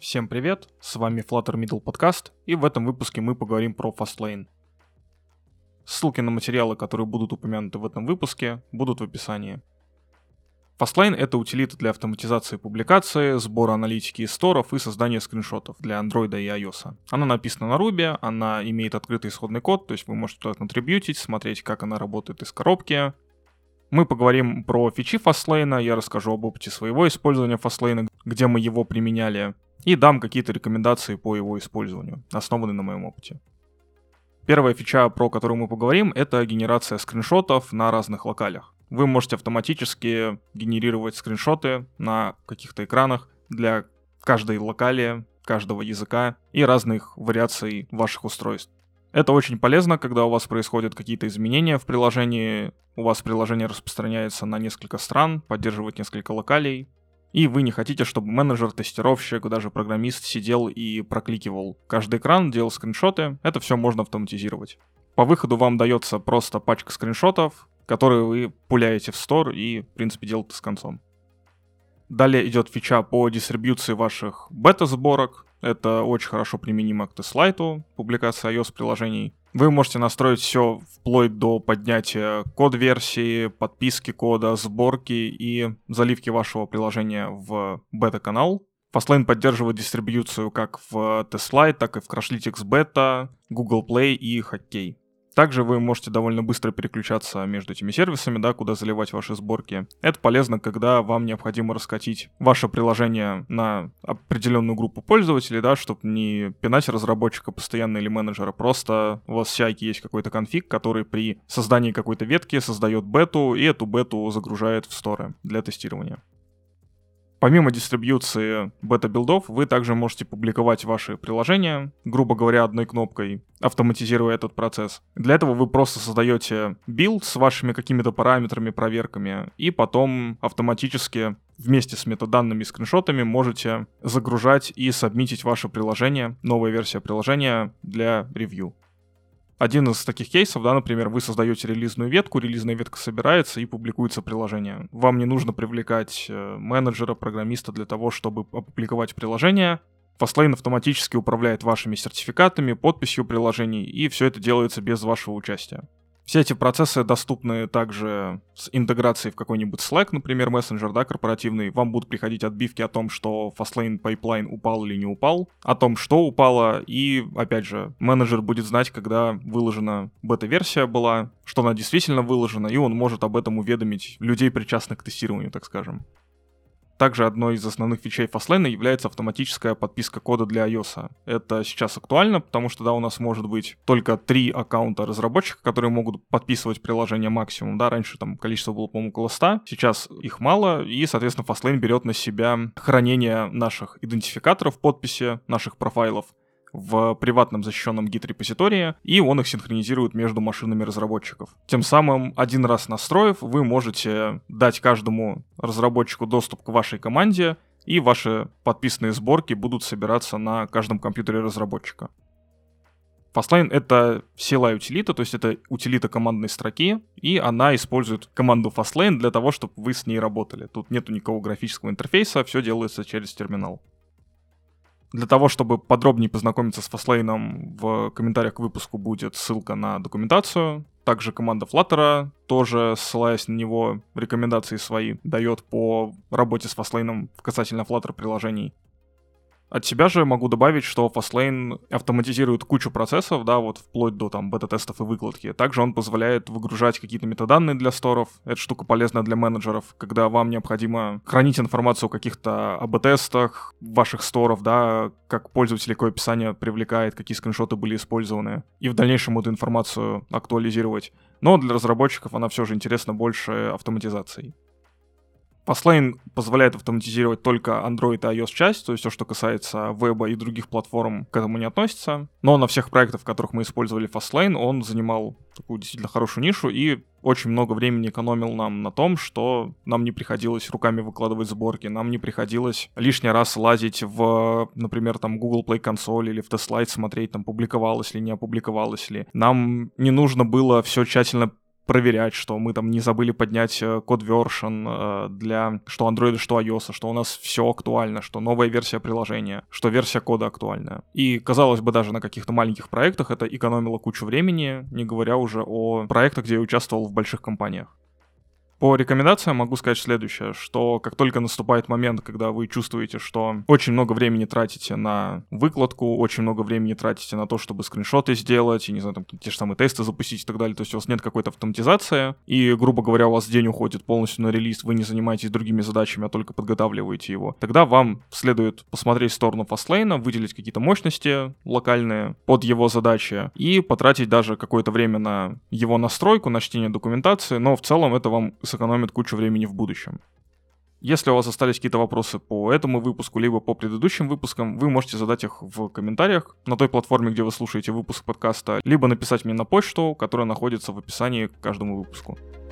Всем привет, с вами Flutter Middle Podcast, и в этом выпуске мы поговорим про Fastlane. Ссылки на материалы, которые будут упомянуты в этом выпуске, будут в описании. Fastlane — это утилита для автоматизации публикации, сбора аналитики из сторов и создания скриншотов для Android и iOS. Она написана на Ruby, она имеет открытый исходный код, то есть вы можете туда контрибьютить, смотреть, как она работает из коробки. Мы поговорим про фичи Fastlane, я расскажу об опыте своего использования Fastlane, где мы его применяли, и дам какие-то рекомендации по его использованию, основанные на моем опыте. Первая фича, про которую мы поговорим, это генерация скриншотов на разных локалях. Вы можете автоматически генерировать скриншоты на каких-то экранах для каждой локали, каждого языка и разных вариаций ваших устройств. Это очень полезно, когда у вас происходят какие-то изменения в приложении, у вас приложение распространяется на несколько стран, поддерживает несколько локалей, и вы не хотите, чтобы менеджер, тестировщик, даже программист сидел и прокликивал каждый экран, делал скриншоты. Это все можно автоматизировать. По выходу вам дается просто пачка скриншотов, которые вы пуляете в стор и, в принципе, делаете с концом. Далее идет фича по дистрибьюции ваших бета-сборок. Это очень хорошо применимо к TestLite, публикации iOS-приложений. Вы можете настроить все вплоть до поднятия код-версии, подписки кода, сборки и заливки вашего приложения в бета-канал. Fastlane поддерживает дистрибьюцию как в TestLite, так и в Crashlytics Beta, Google Play и Hotkey. Также вы можете довольно быстро переключаться между этими сервисами, куда заливать ваши сборки. Это полезно, когда вам необходимо раскатить ваше приложение на определенную группу пользователей, чтобы не пинать разработчика постоянно или менеджера. Просто у вас в CI есть какой-то конфиг, который при создании какой-то ветки создает бету, и эту бету загружает в сторы для тестирования. Помимо дистрибьюции бета-билдов, вы также можете публиковать ваши приложения, грубо говоря, одной кнопкой, автоматизируя этот процесс. Для этого вы просто создаете билд с вашими какими-то параметрами, проверками, и потом автоматически вместе с метаданными и скриншотами можете загружать и сабмитить ваше приложение, новая версия приложения для ревью. Один из таких кейсов, например, вы создаете релизную ветку, релизная ветка собирается и публикуется приложение. Вам не нужно привлекать менеджера, программиста для того, чтобы опубликовать приложение. Fastlane автоматически управляет вашими сертификатами, подписью приложений, и все это делается без вашего участия. Все эти процессы доступны также с интеграцией в какой-нибудь Slack, например, мессенджер, корпоративный. Вам будут приходить отбивки о том, что Fastlane Pipeline упал или не упал, о том, что упало, и, опять же, менеджер будет знать, когда выложена бета-версия была, что она действительно выложена, и он может об этом уведомить людей, причастных к тестированию, так скажем. Также одной из основных фичей Fastlane является автоматическая подписка кода для iOS. Это сейчас актуально, потому что у нас может быть только 3 аккаунта разработчика, которые могут подписывать приложение максимум. Раньше количество было, по-моему, около 100, сейчас их мало, и, соответственно, Fastlane берет на себя хранение наших идентификаторов подписи, наших профайлов в приватном защищенном Git-репозитории, и он их синхронизирует между машинами разработчиков. Тем самым, один раз настроив, вы можете дать каждому разработчику доступ к вашей команде, и ваши подписанные сборки будут собираться на каждом компьютере разработчика. Fastlane — это CLI-утилита, то есть это утилита командной строки, и она использует команду Fastlane для того, чтобы вы с ней работали. Тут нету никакого графического интерфейса, все делается через терминал. Для того, чтобы подробнее познакомиться с Fastlane, в комментариях к выпуску будет ссылка на документацию. Также команда Flutter, тоже ссылаясь на него, рекомендации свои дает по работе с Fastlane касательно Flutter приложений. От себя же могу добавить, что Fastlane автоматизирует кучу процессов, вплоть до бета-тестов и выкладки. Также он позволяет выгружать какие-то метаданные для сторов. Эта штука полезна для менеджеров, когда вам необходимо хранить информацию о каких-то АБ-тестах ваших сторов, как пользователь, какое описание привлекает, какие скриншоты были использованы, и в дальнейшем эту информацию актуализировать. Но для разработчиков она все же интересна больше автоматизацией. Fastlane позволяет автоматизировать только Android и iOS часть, то есть все, что касается веба и других платформ, к этому не относится. Но на всех проектах, в которых мы использовали Fastlane, он занимал такую действительно хорошую нишу и очень много времени экономил нам на том, что нам не приходилось руками выкладывать сборки, нам не приходилось лишний раз лазить в, например, Google Play консоль или в TestLite смотреть, публиковалось ли, не опубликовалось ли. Нам не нужно было все тщательно проверять, что мы там не забыли поднять код version для что Android, что iOS, что у нас все актуально, что новая версия приложения, что версия кода актуальная. И, казалось бы, даже на каких-то маленьких проектах это экономило кучу времени, не говоря уже о проектах, где я участвовал в больших компаниях. По рекомендациям могу сказать следующее, что как только наступает момент, когда вы чувствуете, что очень много времени тратите на выкладку, очень много времени тратите на то, чтобы скриншоты сделать, и, не знаю, там те же самые тесты запустить и так далее, то есть у вас нет какой-то автоматизации, и, грубо говоря, у вас день уходит полностью на релиз, вы не занимаетесь другими задачами, а только подготавливаете его, тогда вам следует посмотреть в сторону Fastlane, выделить какие-то мощности локальные под его задачи и потратить даже какое-то время на его настройку, на чтение документации, но в целом это вам сэкономит кучу времени в будущем. Если у вас остались какие-то вопросы по этому выпуску, либо по предыдущим выпускам, вы можете задать их в комментариях на той платформе, где вы слушаете выпуск подкаста, либо написать мне на почту, которая находится в описании к каждому выпуску.